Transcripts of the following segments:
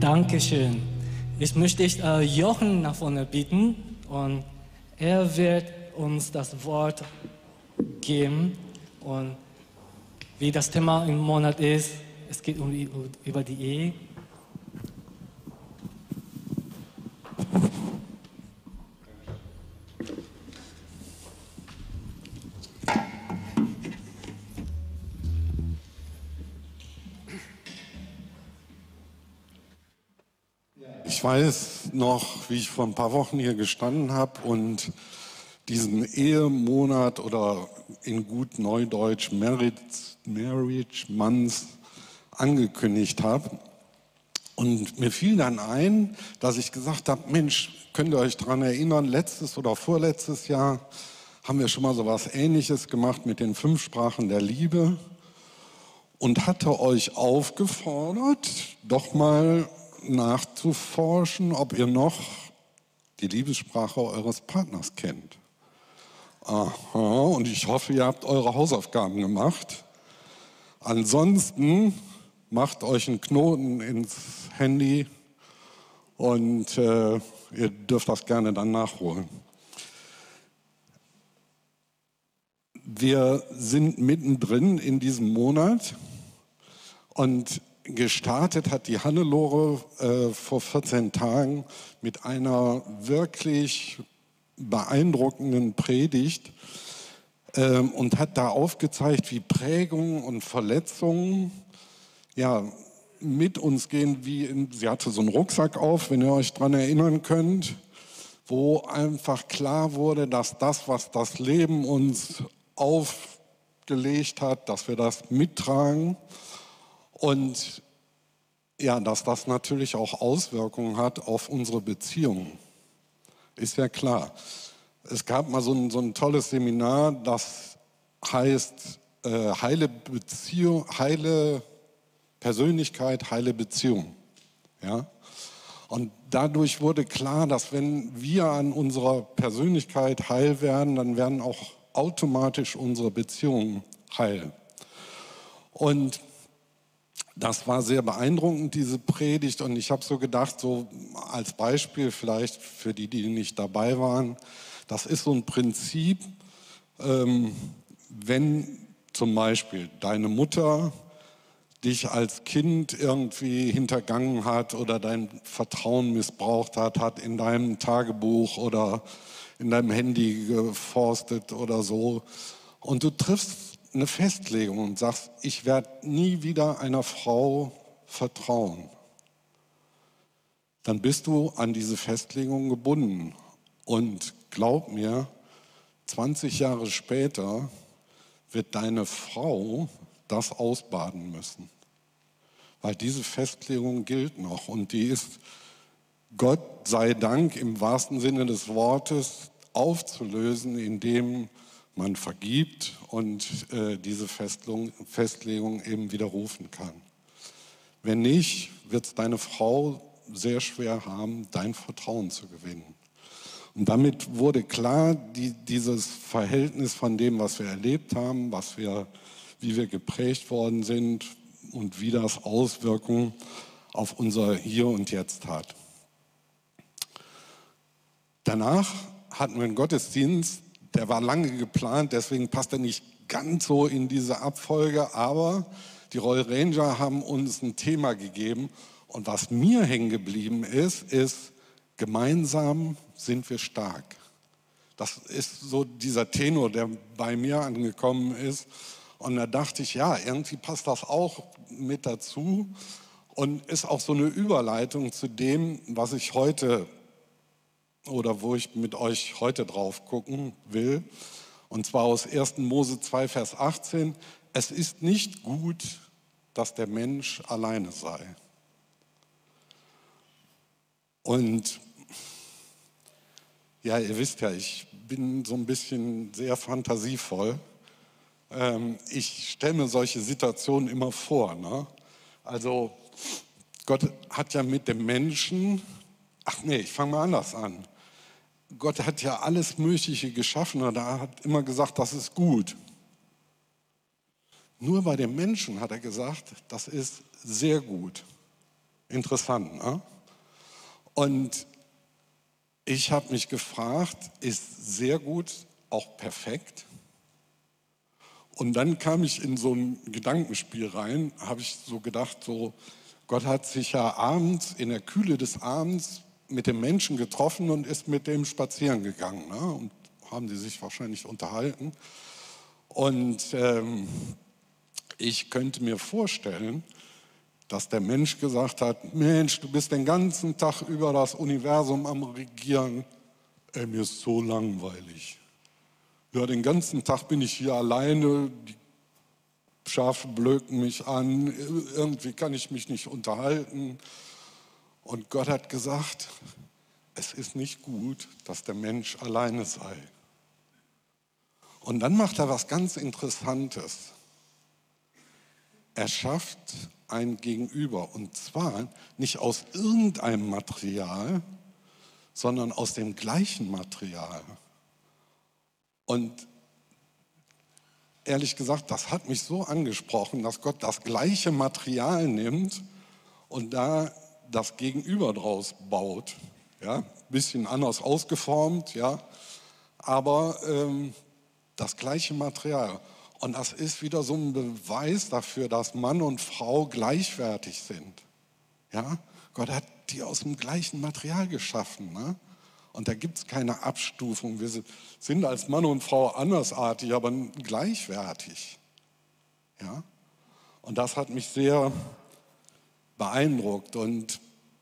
Dankeschön. Ich möchte Jochen nach vorne bitten und er wird uns das Wort geben. Und wie das Thema im Monat ist, es geht über die Ehe. Ich weiß noch, wie ich vor ein paar Wochen hier gestanden habe und diesen Ehemonat oder in gut Neudeutsch Marriage Month angekündigt habe. Und mir fiel dann ein, dass ich gesagt habe, Mensch, könnt ihr euch daran erinnern, letztes oder vorletztes Jahr haben wir schon mal so was Ähnliches gemacht mit den 5 Sprachen der Liebe und hatte euch aufgefordert, doch mal nachzuforschen, ob ihr noch die Liebessprache eures Partners kennt. Aha, und ich hoffe, ihr habt eure Hausaufgaben gemacht. Ansonsten macht euch einen Knoten ins Handy und ihr dürft das gerne dann nachholen. Wir sind mittendrin in diesem Monat und gestartet hat die Hannelore vor 14 Tagen mit einer wirklich beeindruckenden Predigt und hat da aufgezeigt, wie Prägungen und Verletzungen mit uns gehen. Sie hatte so einen Rucksack auf, wenn ihr euch daran erinnern könnt, wo einfach klar wurde, dass das, was das Leben uns aufgelegt hat, dass wir das mittragen. Und ja, dass das natürlich auch Auswirkungen hat auf unsere Beziehungen. Ist ja klar. Es gab mal so ein tolles Seminar, das heißt heile Persönlichkeit, heile Beziehung. Ja? Und dadurch wurde klar, dass wenn wir an unserer Persönlichkeit heil werden, dann werden auch automatisch unsere Beziehungen heil. Und das war sehr beeindruckend, diese Predigt, und ich habe so gedacht, so als Beispiel vielleicht für die nicht dabei waren, das ist so ein Prinzip, wenn zum Beispiel deine Mutter dich als Kind irgendwie hintergangen hat oder dein Vertrauen missbraucht hat in deinem Tagebuch oder in deinem Handy geforstet oder so, und du triffst eine Festlegung und sagst, ich werde nie wieder einer Frau vertrauen, dann bist du an diese Festlegung gebunden. Und glaub mir, 20 Jahre später wird deine Frau das ausbaden müssen. Weil diese Festlegung gilt noch und die ist, Gott sei Dank, im wahrsten Sinne des Wortes aufzulösen, indem man vergibt und diese Festlegung eben widerrufen kann. Wenn nicht, wird es deine Frau sehr schwer haben, dein Vertrauen zu gewinnen. Und damit wurde klar, dieses Verhältnis von dem, was wir erlebt haben, wie wir geprägt worden sind und wie das Auswirkungen auf unser Hier und Jetzt hat. Danach hatten wir einen Gottesdienst, der war lange geplant, deswegen passt er nicht ganz so in diese Abfolge, aber die Royal Ranger haben uns ein Thema gegeben, und was mir hängen geblieben ist, gemeinsam sind wir stark. Das ist so dieser Tenor, der bei mir angekommen ist, und da dachte ich, ja, irgendwie passt das auch mit dazu und ist auch so eine Überleitung zu dem, was ich heute oder wo ich mit euch heute drauf gucken will. Und zwar aus 1. Mose 2, Vers 18. Es ist nicht gut, dass der Mensch alleine sei. Und ja, ihr wisst ja, ich bin so ein bisschen sehr fantasievoll. Ich stelle mir solche Situationen immer vor. Ne? Also Gott hat ja mit dem Menschen, ich fange mal anders an. Gott hat ja alles Mögliche geschaffen und er hat immer gesagt, das ist gut. Nur bei dem Menschen hat er gesagt, das ist sehr gut. Interessant, ne? Und ich habe mich gefragt, ist sehr gut auch perfekt? Und dann kam ich in so ein Gedankenspiel rein, habe ich so gedacht, so, Gott hat sich ja abends, in der Kühle des Abends mit dem Menschen getroffen und ist mit dem spazieren gegangen. Ne? Und haben die sich wahrscheinlich unterhalten. Und ich könnte mir vorstellen, dass der Mensch gesagt hat, Mensch, du bist den ganzen Tag über das Universum am Regieren. Ey, mir ist so langweilig. Ja, den ganzen Tag bin ich hier alleine, die Schafe blöken mich an, irgendwie kann ich mich nicht unterhalten. Und Gott hat gesagt, es ist nicht gut, dass der Mensch alleine sei. Und dann macht er was ganz Interessantes. Er schafft ein Gegenüber, und zwar nicht aus irgendeinem Material, sondern aus dem gleichen Material. Und ehrlich gesagt, das hat mich so angesprochen, dass Gott das gleiche Material nimmt und da das Gegenüber draus baut. Ja, ein bisschen anders ausgeformt, ja, aber das gleiche Material. Und das ist wieder so ein Beweis dafür, dass Mann und Frau gleichwertig sind. Ja? Gott hat die aus dem gleichen Material geschaffen. Ne? Und da gibt es keine Abstufung. Wir sind als Mann und Frau andersartig, aber gleichwertig. Ja? Und das hat mich sehr beeindruckt. Und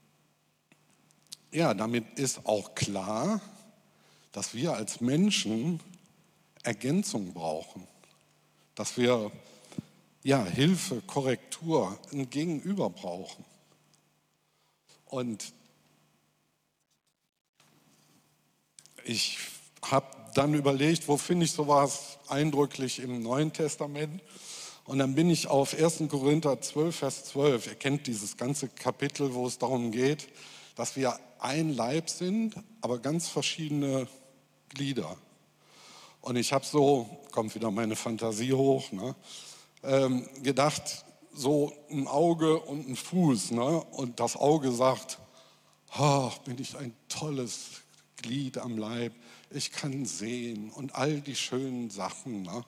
ja, damit ist auch klar, dass wir als Menschen Ergänzung brauchen. Dass wir ja, Hilfe, Korrektur, ein Gegenüber brauchen. Und ich habe dann überlegt, wo finde ich sowas eindrücklich im Neuen Testament? Und dann bin ich auf 1. Korinther 12, Vers 12. Ihr kennt dieses ganze Kapitel, wo es darum geht, dass wir ein Leib sind, aber ganz verschiedene Glieder. Und ich habe so, kommt wieder meine Fantasie hoch, ne, gedacht, so ein Auge und ein Fuß. Ne? Und das Auge sagt, oh, bin ich ein tolles Glied am Leib, ich kann sehen und all die schönen Sachen. Ne?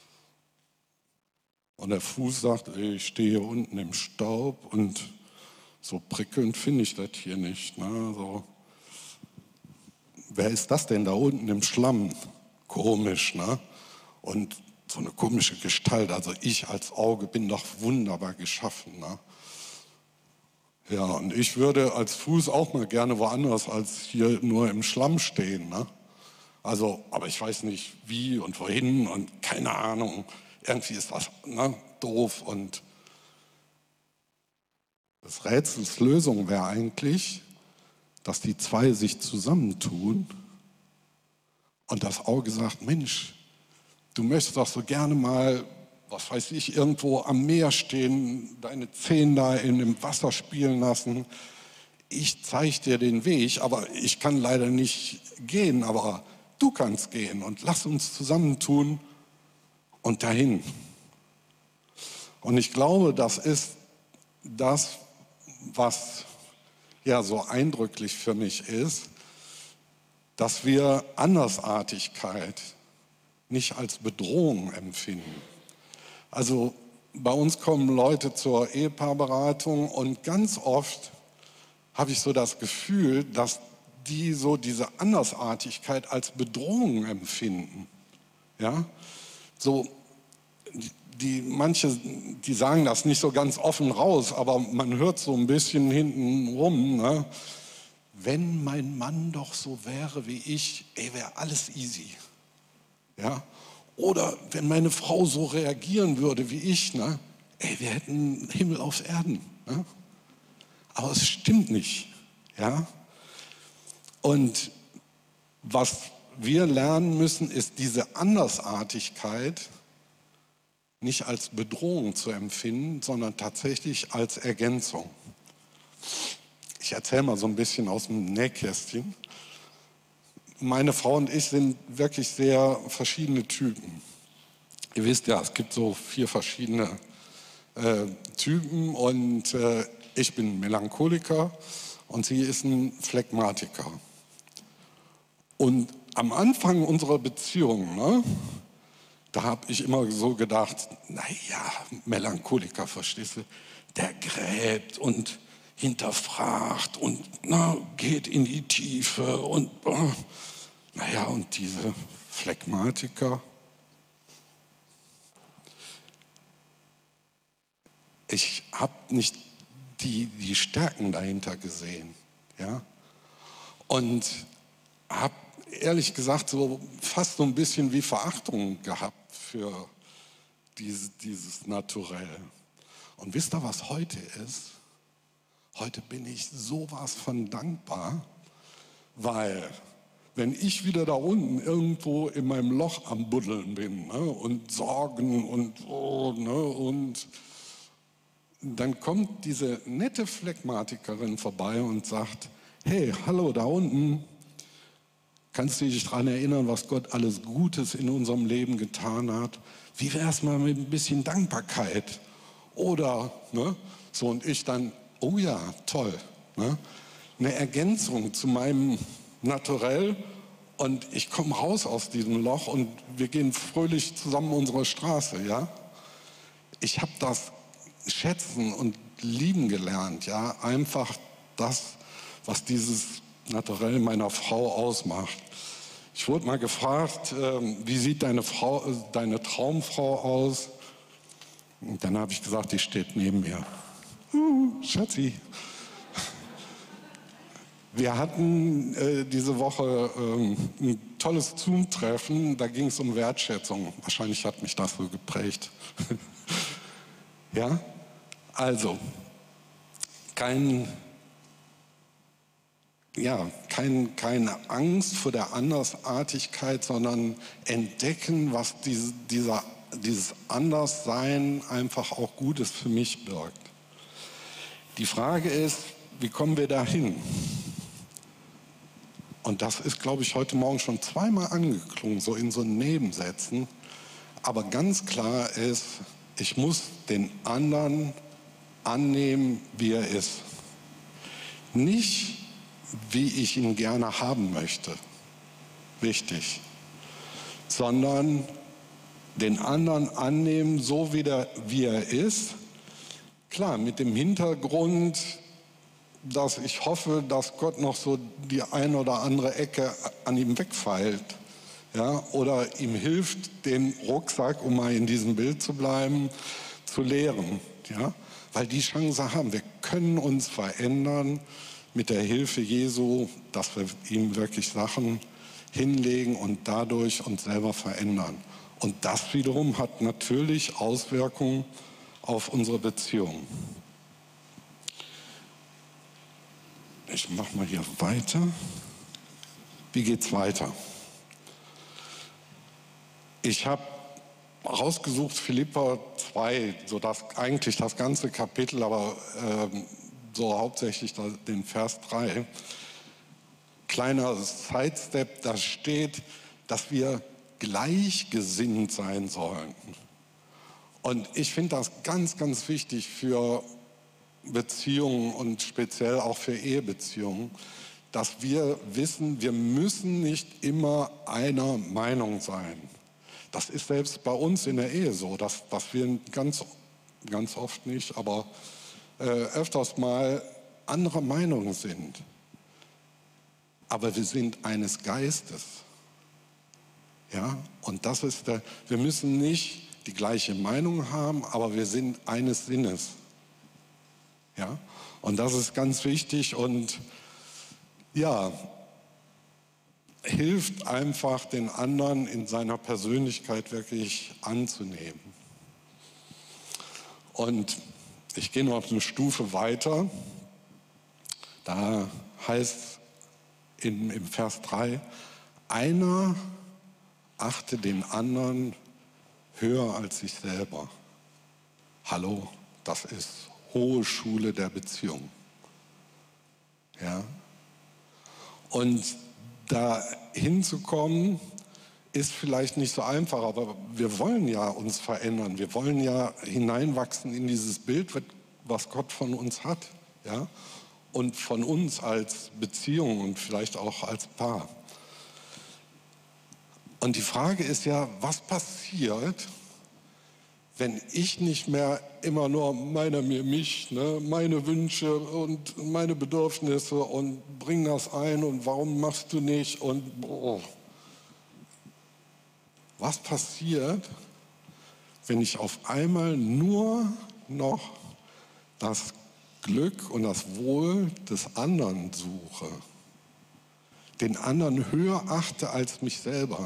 Und der Fuß sagt, ich stehe hier unten im Staub und so prickelnd finde ich das hier nicht. Ne? So. Wer ist das denn da unten im Schlamm? Komisch, ne? Und so eine komische Gestalt. Also ich als Auge bin doch wunderbar geschaffen. Ne? Ja, und ich würde als Fuß auch mal gerne woanders als hier nur im Schlamm stehen. Ne? Also, aber ich weiß nicht wie und wohin und keine Ahnung. Irgendwie ist das doof. Und das Rätsels Lösung wäre eigentlich, dass die zwei sich zusammentun und das Auge sagt, Mensch, du möchtest doch so gerne mal, was weiß ich, irgendwo am Meer stehen, deine Zehen da in dem Wasser spielen lassen. Ich zeige dir den Weg, aber ich kann leider nicht gehen, aber du kannst gehen und lass uns zusammentun und dahin. Und ich glaube, das ist das, was ja so eindrücklich für mich ist, dass wir Andersartigkeit nicht als Bedrohung empfinden. Also bei uns kommen Leute zur Ehepaarberatung und ganz oft habe ich so das Gefühl, dass die so diese Andersartigkeit als Bedrohung empfinden. Ja? So, manche, die sagen das nicht so ganz offen raus, aber man hört so ein bisschen hinten rum, ne? Wenn mein Mann doch so wäre wie ich, wäre alles easy. Ja? Oder wenn meine Frau so reagieren würde wie ich, ne? Wir hätten Himmel auf Erden. Ne? Aber es stimmt nicht. Ja? Und was wir lernen müssen, ist diese Andersartigkeit nicht als Bedrohung zu empfinden, sondern tatsächlich als Ergänzung. Ich erzähle mal so ein bisschen aus dem Nähkästchen. Meine Frau und ich sind wirklich sehr verschiedene Typen. Ihr wisst ja, es gibt so 4 verschiedene Typen und ich bin Melancholiker und sie ist ein Phlegmatiker. Und am Anfang unserer Beziehung, ne, da habe ich immer so gedacht, naja, Melancholiker, verstehst du, der gräbt und hinterfragt und geht in die Tiefe und naja, und diese Phlegmatiker. Ich habe nicht die Stärken dahinter gesehen. Ja? Und habe ehrlich gesagt so fast so ein bisschen wie Verachtung gehabt für dieses Naturell. Und wisst ihr, was heute ist? Heute bin ich sowas von dankbar, weil wenn ich wieder da unten irgendwo in meinem Loch am Buddeln bin, ne, und Sorgen und dann kommt diese nette Phlegmatikerin vorbei und sagt, hey, hallo da unten, kannst du dich daran erinnern, was Gott alles Gutes in unserem Leben getan hat? Wie wäre es mal mit ein bisschen Dankbarkeit? Oder, ne, so und ich dann, oh ja, toll, ne, eine Ergänzung zu meinem Naturell und ich komme raus aus diesem Loch und wir gehen fröhlich zusammen unsere Straße, ja. Ich habe das schätzen und lieben gelernt, ja, einfach das, was dieses Naturell meiner Frau ausmacht. Ich wurde mal gefragt, wie sieht deine Traumfrau aus? Und dann habe ich gesagt, die steht neben mir. Schatzi. Wir hatten diese Woche ein tolles Zoom-Treffen, da ging es um Wertschätzung. Wahrscheinlich hat mich das so geprägt. Ja, also keine Angst vor der Andersartigkeit, sondern entdecken, was dieses Anderssein einfach auch Gutes für mich birgt. Die Frage ist, wie kommen wir dahin? Und das ist, glaube ich, heute Morgen schon zweimal angeklungen, so in so Nebensätzen. Aber ganz klar ist, ich muss den anderen annehmen, wie er ist. Nicht, wie ich ihn gerne haben möchte, wichtig, sondern den anderen annehmen, so wie er ist. Klar, mit dem Hintergrund, dass ich hoffe, dass Gott noch so die eine oder andere Ecke an ihm wegfeilt, ja, oder ihm hilft, den Rucksack, um mal in diesem Bild zu bleiben, zu leeren, ja, weil die Chance haben, wir können uns verändern mit der Hilfe Jesu, dass wir ihm wirklich Sachen hinlegen und dadurch uns selber verändern. Und das wiederum hat natürlich Auswirkungen auf unsere Beziehung. Ich mache mal hier weiter. Wie geht's weiter? Ich habe rausgesucht Philipper 2, eigentlich das ganze Kapitel, aber so hauptsächlich den Vers 3. Kleiner Sidestep, da steht, dass wir gleichgesinnt sein sollen. Und ich finde das ganz, ganz wichtig für Beziehungen und speziell auch für Ehebeziehungen, dass wir wissen, wir müssen nicht immer einer Meinung sein. Das ist selbst bei uns in der Ehe so, dass wir ganz oft nicht, aber öfters mal anderer Meinung sind. Aber wir sind eines Geistes. Ja? Und das ist wir müssen nicht die gleiche Meinung haben, aber wir sind eines Sinnes. Ja? Und das ist ganz wichtig und ja, hilft einfach den anderen in seiner Persönlichkeit wirklich anzunehmen. Und ich gehe noch eine Stufe weiter. Da heißt im Vers 3, einer achte den anderen höher als sich selber. Hallo, das ist hohe Schule der Beziehung. Ja? Und da hinzukommen, ist vielleicht nicht so einfach, aber wir wollen ja uns verändern. Wir wollen ja hineinwachsen in dieses Bild, was Gott von uns hat. Ja? Und von uns als Beziehung und vielleicht auch als Paar. Und die Frage ist ja, was passiert, wenn ich nicht mehr immer nur mich, ne, meine Wünsche und meine Bedürfnisse und bring das ein und warum machst du nicht und boah. Was passiert, wenn ich auf einmal nur noch das Glück und das Wohl des anderen suche, den anderen höher achte als mich selber?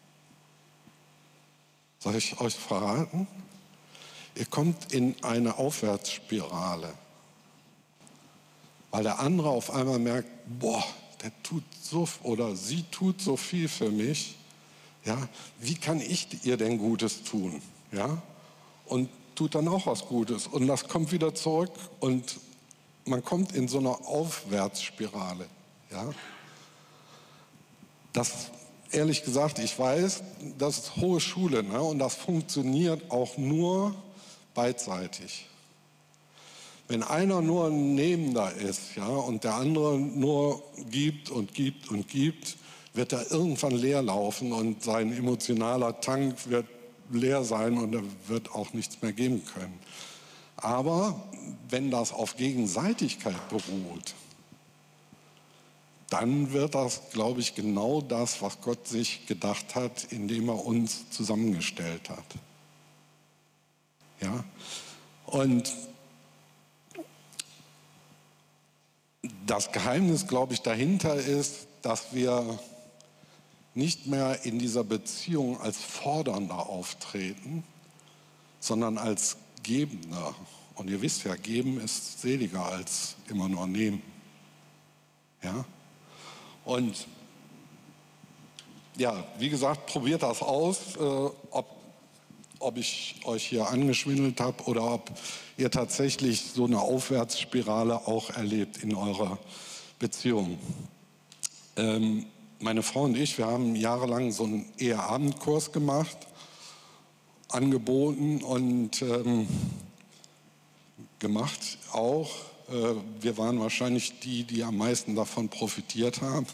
Soll ich euch verraten? Ihr kommt in eine Aufwärtsspirale, weil der andere auf einmal merkt, boah, der tut so oder sie tut so viel für mich. Ja, wie kann ich ihr denn Gutes tun? Ja, und tut dann auch was Gutes und das kommt wieder zurück und man kommt in so eine Aufwärtsspirale. Ja, das ehrlich gesagt, ich weiß, das ist hohe Schule, ne? Und das funktioniert auch nur beidseitig. Wenn einer nur ein Nehmender ist, ja, und der andere nur gibt und gibt und gibt, wird er irgendwann leer laufen und sein emotionaler Tank wird leer sein und er wird auch nichts mehr geben können. Aber wenn das auf Gegenseitigkeit beruht, dann wird das, glaube ich, genau das, was Gott sich gedacht hat, indem er uns zusammengestellt hat. Ja? Und das Geheimnis, glaube ich, dahinter ist, dass wir nicht mehr in dieser Beziehung als Fordernder auftreten, sondern als Gebender. Und ihr wisst ja, geben ist seliger als immer nur nehmen. Ja? Und ja, wie gesagt, probiert das aus, ob ich euch hier angeschwindelt habe oder ob ihr tatsächlich so eine Aufwärtsspirale auch erlebt in eurer Beziehung. Meine Frau und ich, wir haben jahrelang so einen Eheabendkurs gemacht, angeboten und gemacht auch. Wir waren wahrscheinlich die am meisten davon profitiert haben.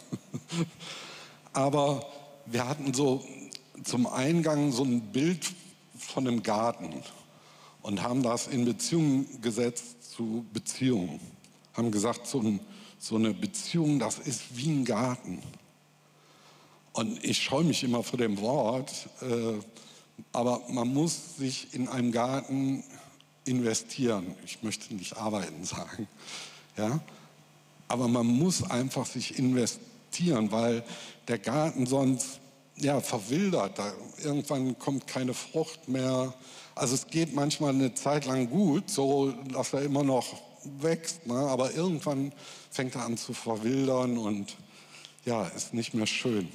Aber wir hatten so zum Eingang so ein Bild von einem Garten und haben das in Beziehung gesetzt zu Beziehungen. Haben gesagt, so eine Beziehung, das ist wie ein Garten. Und ich scheue mich immer vor dem Wort, aber man muss sich in einem Garten investieren. Ich möchte nicht arbeiten sagen, ja? Aber man muss einfach sich investieren, weil der Garten sonst verwildert. Irgendwann kommt keine Frucht mehr. Also es geht manchmal eine Zeit lang gut, so dass er immer noch wächst, ne? Aber irgendwann fängt er an zu verwildern und ist nicht mehr schön.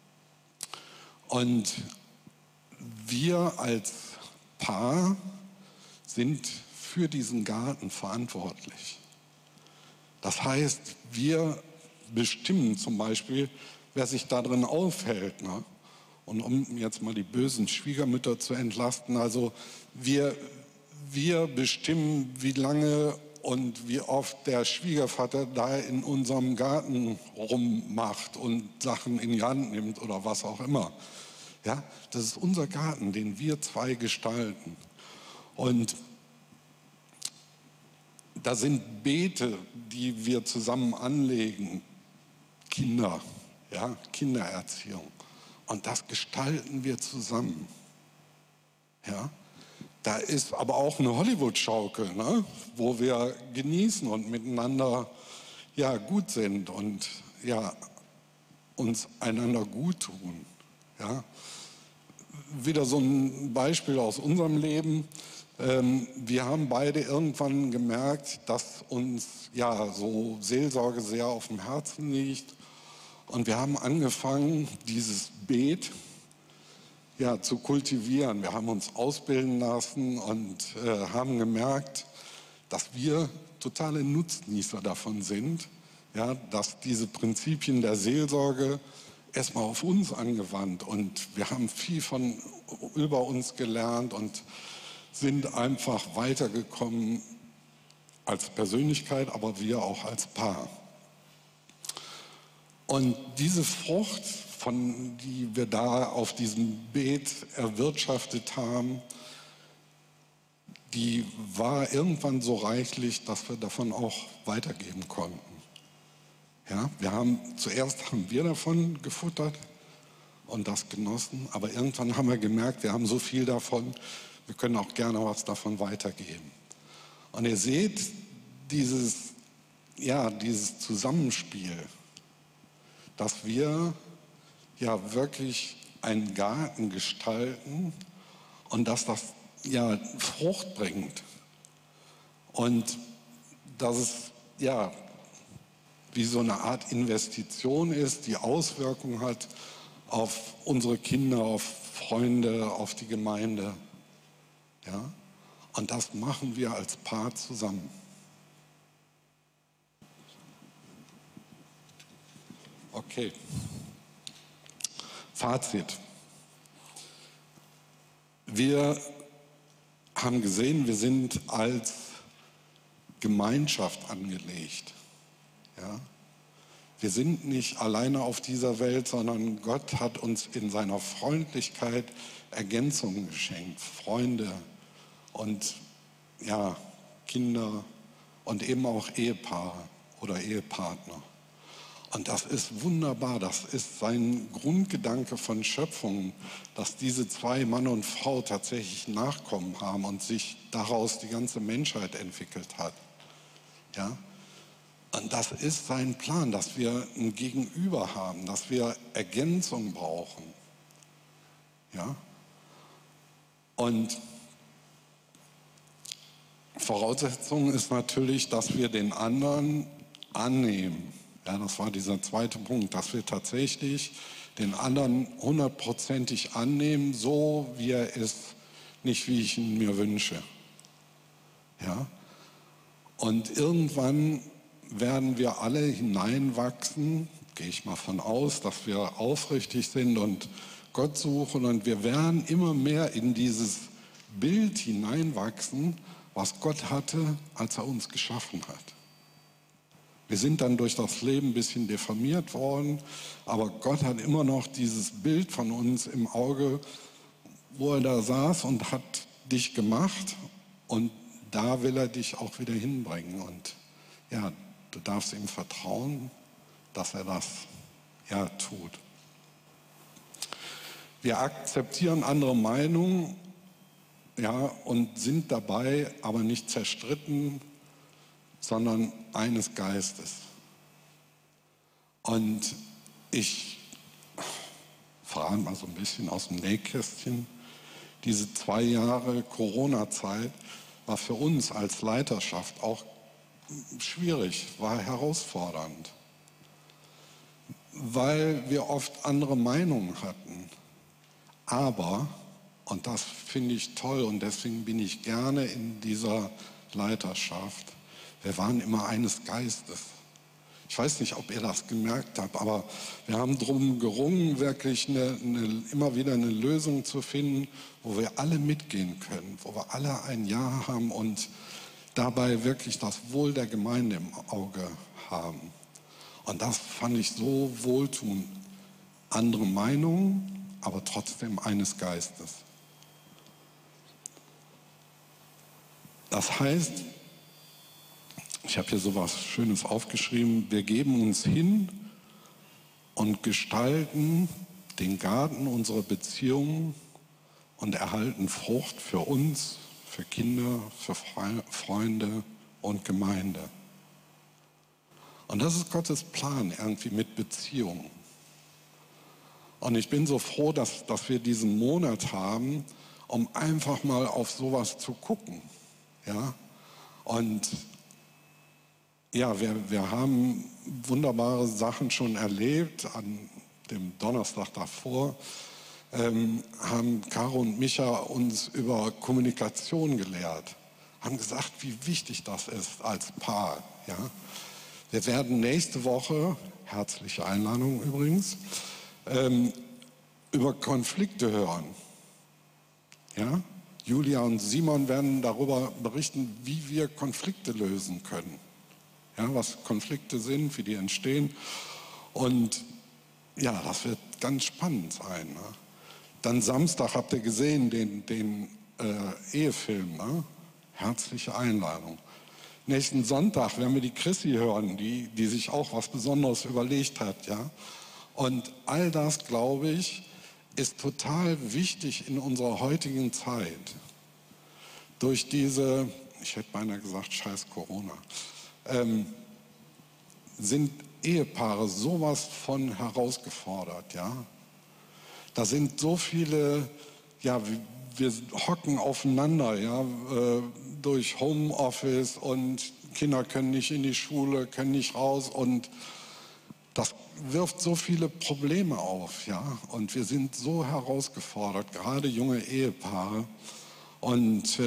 Und wir als Paar sind für diesen Garten verantwortlich. Das heißt, wir bestimmen zum Beispiel, wer sich da drin aufhält. Ne? Und um jetzt mal die bösen Schwiegermütter zu entlasten, also wir bestimmen, wie lange und wie oft der Schwiegervater da in unserem Garten rummacht und Sachen in die Hand nimmt oder was auch immer. Ja, das ist unser Garten, den wir zwei gestalten. Und da sind Beete, die wir zusammen anlegen, Kindererziehung. Und das gestalten wir zusammen. Ja? Da ist aber auch eine Hollywood-Schaukel, ne? Wo wir genießen und miteinander gut sind und uns einander gut tun. Ja? Wieder so ein Beispiel aus unserem Leben. Wir haben beide irgendwann gemerkt, dass uns so Seelsorge sehr auf dem Herzen liegt. Und wir haben angefangen, dieses Beet zu kultivieren. Wir haben uns ausbilden lassen und haben gemerkt, dass wir totale Nutznießer davon sind, dass diese Prinzipien der Seelsorge erstmal auf uns angewandt und wir haben viel über uns gelernt und sind einfach weitergekommen als Persönlichkeit, aber wir auch als Paar. Und diese Frucht, die wir da auf diesem Beet erwirtschaftet haben, die war irgendwann so reichlich, dass wir davon auch weitergeben konnten. Ja, zuerst haben wir davon gefuttert und das genossen, aber irgendwann haben wir gemerkt, wir haben so viel davon, wir können auch gerne was davon weitergeben. Und ihr seht dieses Zusammenspiel, dass wir ja wirklich einen Garten gestalten und dass das ja Frucht bringt und dass es ja wie so eine Art Investition ist, die Auswirkungen hat auf unsere Kinder, auf Freunde, auf die Gemeinde. Ja? Und das machen wir als Paar zusammen. Okay. Fazit. Wir haben gesehen, wir sind als Gemeinschaft angelegt. Ja? Wir sind nicht alleine auf dieser Welt, sondern Gott hat uns in seiner Freundlichkeit Ergänzungen geschenkt, Freunde und ja, Kinder und eben auch Ehepaare oder Ehepartner. Und das ist wunderbar, das ist sein Grundgedanke von Schöpfung, dass diese zwei, Mann und Frau, tatsächlich Nachkommen haben und sich daraus die ganze Menschheit entwickelt hat. Ja? Und das ist sein Plan, dass wir ein Gegenüber haben, dass wir Ergänzung brauchen. Ja? Und Voraussetzung ist natürlich, dass wir den anderen annehmen. Ja, das war dieser zweite Punkt, dass wir tatsächlich den anderen 100%ig annehmen, so wie er ist, nicht wie ich ihn mir wünsche. Ja? Und irgendwann werden wir alle hineinwachsen, gehe ich mal von aus, dass wir aufrichtig sind und Gott suchen und wir werden immer mehr in dieses Bild hineinwachsen, was Gott hatte, als er uns geschaffen hat. Wir sind dann durch das Leben ein bisschen deformiert worden, aber Gott hat immer noch dieses Bild von uns im Auge, wo er da saß und hat dich gemacht und da will er dich auch wieder hinbringen. Und ja, du darfst ihm vertrauen, dass er das ja tut. Wir akzeptieren andere Meinungen, ja, und sind dabei aber nicht zerstritten, sondern eines Geistes. Und ich verrate mal so ein bisschen aus dem Nähkästchen. Diese 2 Jahre Corona-Zeit war für uns als Leiterschaft auch schwierig, war herausfordernd, weil wir oft andere Meinungen hatten. Aber, und das finde ich toll und deswegen bin ich gerne in dieser Leiterschaft, wir waren immer eines Geistes. Ich weiß nicht, ob ihr das gemerkt habt, aber wir haben darum gerungen, wirklich immer wieder eine Lösung zu finden, wo wir alle mitgehen können, wo wir alle ein Ja haben und dabei wirklich das Wohl der Gemeinde im Auge haben. Und das fand ich so wohltuend. Andere Meinungen, aber trotzdem eines Geistes. Das heißt, ich habe hier so was Schönes aufgeschrieben, wir geben uns hin und gestalten den Garten unserer Beziehungen und erhalten Frucht für uns, für Kinder, für Freunde und Gemeinde. Und das ist Gottes Plan irgendwie mit Beziehungen. Und ich bin so froh, dass wir diesen Monat haben, um einfach mal auf sowas zu gucken. Ja? Und ja, wir haben wunderbare Sachen schon erlebt. An dem Donnerstag davor haben Caro und Micha uns über Kommunikation gelehrt, haben gesagt, wie wichtig das ist als Paar. Ja? Wir werden nächste Woche, herzliche Einladung übrigens, über Konflikte hören. Ja? Julia und Simon werden darüber berichten, wie wir Konflikte lösen können. Ja, was Konflikte sind, wie die entstehen. Und ja, das wird ganz spannend sein. Ne? Dann Samstag habt ihr gesehen, den Ehefilm. Ne? Herzliche Einladung. Nächsten Sonntag werden wir die Chrissy hören, die sich auch was Besonderes überlegt hat. Ja? Und all das, glaube ich, ist total wichtig in unserer heutigen Zeit. Durch diese, ich hätte beinahe gesagt, scheiß Corona, sind Ehepaare sowas von herausgefordert. Ja? Da sind so viele, ja, wir hocken aufeinander, ja, durch Homeoffice und Kinder können nicht in die Schule, können nicht raus und das wirft so viele Probleme auf, ja. Und wir sind so herausgefordert, gerade junge Ehepaare. Und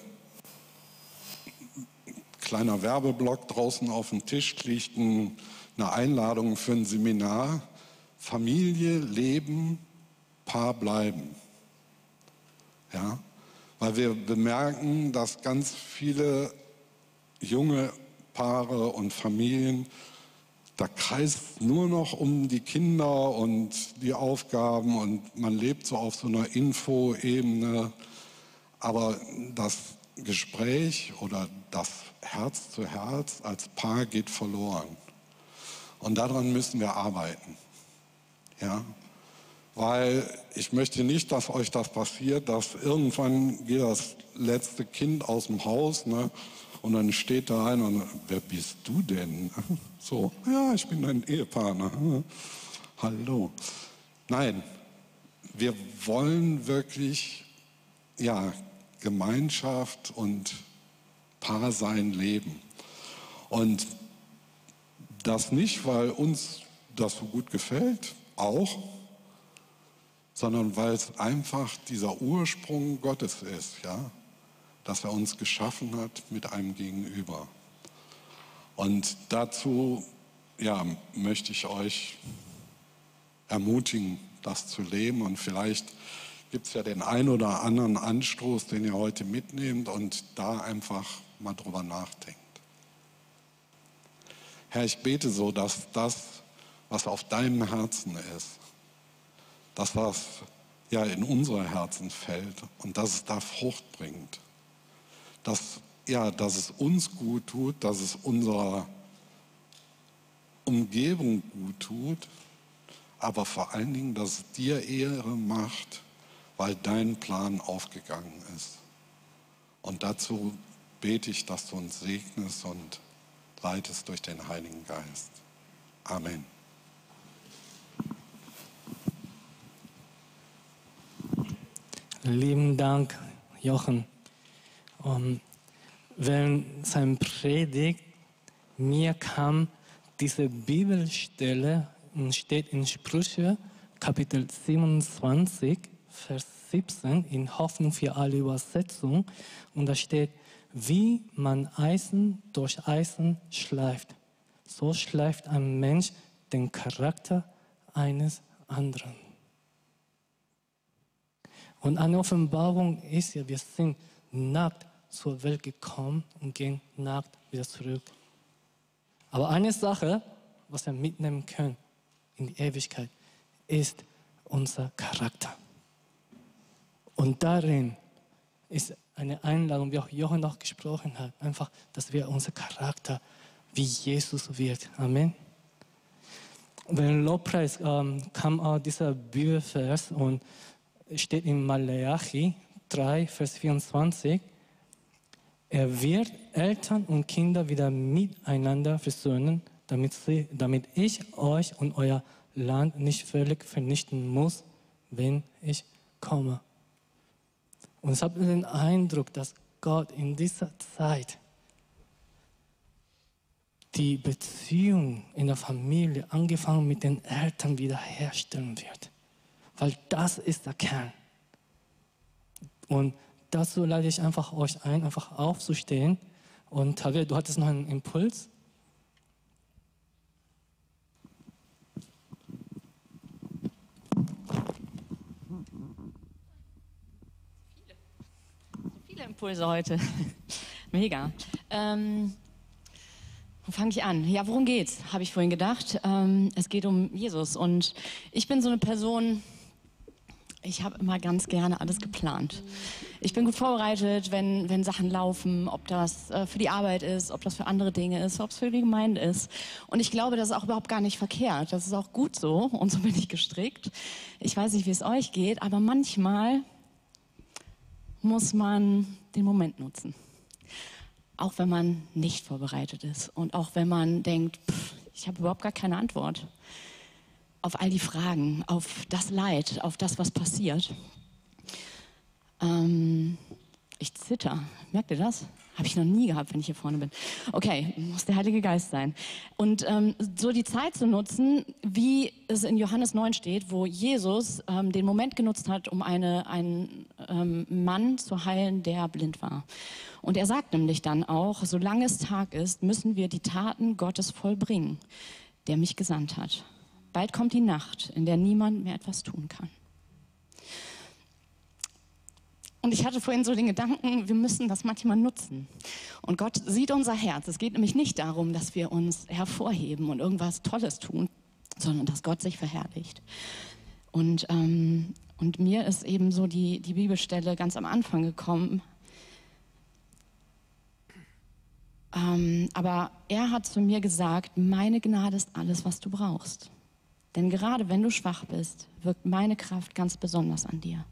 kleiner Werbeblock draußen auf dem Tisch liegt eine Einladung für ein Seminar. Familie, Leben, Paar bleiben. Ja, weil wir bemerken, dass ganz viele junge Paare und Familien, da kreist nur noch um die Kinder und die Aufgaben und man lebt so auf so einer Infoebene. Aber das Gespräch oder das Herz zu Herz als Paar geht verloren. Und daran müssen wir arbeiten. Ja? Weil ich möchte nicht, dass euch das passiert, dass irgendwann geht das letzte Kind aus dem Haus, ne, und dann steht da einer und wer bist du denn? So, ja, ich bin ein Ehepartner. Hallo. Nein, wir wollen wirklich ja, Gemeinschaft und Paarsein leben. Und das nicht, weil uns das so gut gefällt, auch, sondern weil es einfach dieser Ursprung Gottes ist, ja, dass er uns geschaffen hat mit einem Gegenüber. Und dazu ja, möchte ich euch ermutigen, das zu leben. Und vielleicht gibt es ja den ein oder anderen Anstoß, den ihr heute mitnehmt und da einfach mal drüber nachdenkt. Herr, ich bete so, dass das, was auf deinem Herzen ist, das, was ja in unsere Herzen fällt und dass es da Frucht bringt. Dass es uns gut tut, dass es unserer Umgebung gut tut, aber vor allen Dingen, dass es dir Ehre macht, weil dein Plan aufgegangen ist. Und dazu bete ich, dass du uns segnest und leitest durch den Heiligen Geist. Amen. Lieben Dank, Jochen. Während seiner Predigt mir kam diese Bibelstelle und steht in Sprüche, Kapitel 27, Vers 17, in Hoffnung für alle Übersetzung. Und da steht, wie man Eisen durch Eisen schleift, so schleift ein Mensch den Charakter eines anderen. Und eine Offenbarung ist ja, wir sind nackt zur Welt gekommen und gehen nackt wieder zurück. Aber eine Sache, was wir mitnehmen können in die Ewigkeit, ist unser Charakter. Und darin ist eine Einladung, wie auch Jochen noch gesprochen hat, einfach, dass wir unser Charakter wie Jesus wird. Amen. Und beim Lobpreis kam auch dieser Bibelvers und steht in Maleachi 3, Vers 24. Er wird Eltern und Kinder wieder miteinander versöhnen, damit ich euch und euer Land nicht völlig vernichten muss, wenn ich komme. Und ich habe den Eindruck, dass Gott in dieser Zeit die Beziehung in der Familie, angefangen mit den Eltern, wiederherstellen wird. Weil das ist der Kern. Und dazu lade ich einfach euch ein, einfach aufzustehen. Und Javier, du hattest noch einen Impuls? Impulse heute. Mega. Wo fange ich an? Ja, worum geht's? Habe ich vorhin gedacht. Es geht um Jesus. Und ich bin so eine Person, ich habe immer ganz gerne alles geplant. Ich bin gut vorbereitet, wenn Sachen laufen, ob das für die Arbeit ist, ob das für andere Dinge ist, ob es für die Gemeinde ist. Und ich glaube, das ist auch überhaupt gar nicht verkehrt. Das ist auch gut so und so bin ich gestrickt. Ich weiß nicht, wie es euch geht, aber manchmal muss man den Moment nutzen. Auch wenn man nicht vorbereitet ist und auch wenn man denkt, ich habe überhaupt gar keine Antwort auf all die Fragen, auf das Leid, auf das, was passiert. Ich zitter. Merkt ihr das? Habe ich noch nie gehabt, wenn ich hier vorne bin. Okay, muss der Heilige Geist sein. Und so die Zeit zu nutzen, wie es in Johannes 9 steht, wo Jesus den Moment genutzt hat, um einen Mann zu heilen, der blind war. Und er sagt nämlich dann auch, solange es Tag ist, müssen wir die Taten Gottes vollbringen, der mich gesandt hat. Bald kommt die Nacht, in der niemand mehr etwas tun kann. Und ich hatte vorhin so den Gedanken, wir müssen das manchmal nutzen. Und Gott sieht unser Herz. Es geht nämlich nicht darum, dass wir uns hervorheben und irgendwas Tolles tun, sondern dass Gott sich verherrlicht. Und mir ist eben so die Bibelstelle ganz am Anfang gekommen. Aber er hat zu mir gesagt, meine Gnade ist alles, was du brauchst. Denn gerade wenn du schwach bist, wirkt meine Kraft ganz besonders an dir.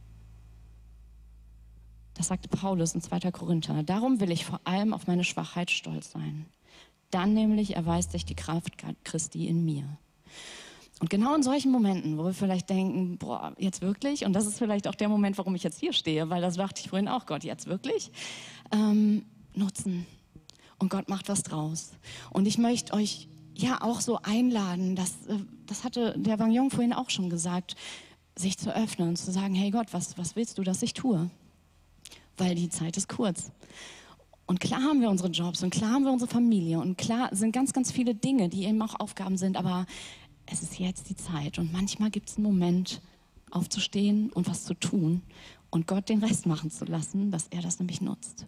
Das sagte Paulus in 2. Korinther. Darum will ich vor allem auf meine Schwachheit stolz sein. Dann nämlich erweist sich die Kraft Christi in mir. Und genau in solchen Momenten, wo wir vielleicht denken, boah, jetzt wirklich? Und das ist vielleicht auch der Moment, warum ich jetzt hier stehe, weil das dachte ich vorhin auch, Gott, jetzt wirklich? Nutzen. Und Gott macht was draus. Und ich möchte euch ja auch so einladen, das hatte der Wang Yong vorhin auch schon gesagt, sich zu öffnen und zu sagen, hey Gott, was willst du, dass ich tue? Weil die Zeit ist kurz. Und klar haben wir unsere Jobs und klar haben wir unsere Familie und klar sind ganz, ganz viele Dinge, die eben auch Aufgaben sind, aber es ist jetzt die Zeit und manchmal gibt es einen Moment, aufzustehen und was zu tun und Gott den Rest machen zu lassen, dass er das nämlich nutzt.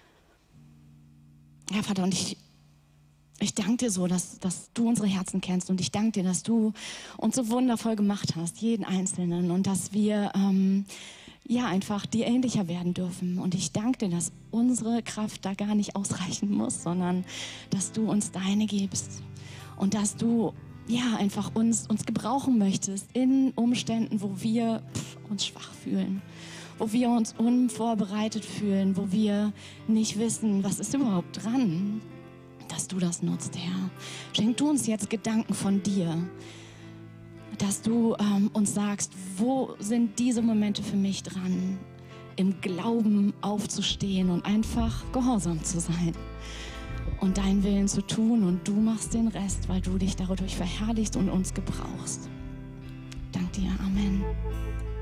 Ja, Vater, und ich danke dir so, dass du unsere Herzen kennst und ich danke dir, dass du uns so wundervoll gemacht hast, jeden Einzelnen und dass wir einfach dir ähnlicher werden dürfen. Und ich danke dir, dass unsere Kraft da gar nicht ausreichen muss, sondern dass du uns deine gibst und dass du einfach uns gebrauchen möchtest in Umständen, wo wir uns schwach fühlen, wo wir uns unvorbereitet fühlen, wo wir nicht wissen, was ist überhaupt dran, dass du das nutzt, Herr. Schenk du uns jetzt Gedanken von dir, dass du uns sagst, wo sind diese Momente für mich dran, im Glauben aufzustehen und einfach gehorsam zu sein und deinen Willen zu tun und du machst den Rest, weil du dich dadurch verherrlichst und uns gebrauchst. Dank dir, Amen.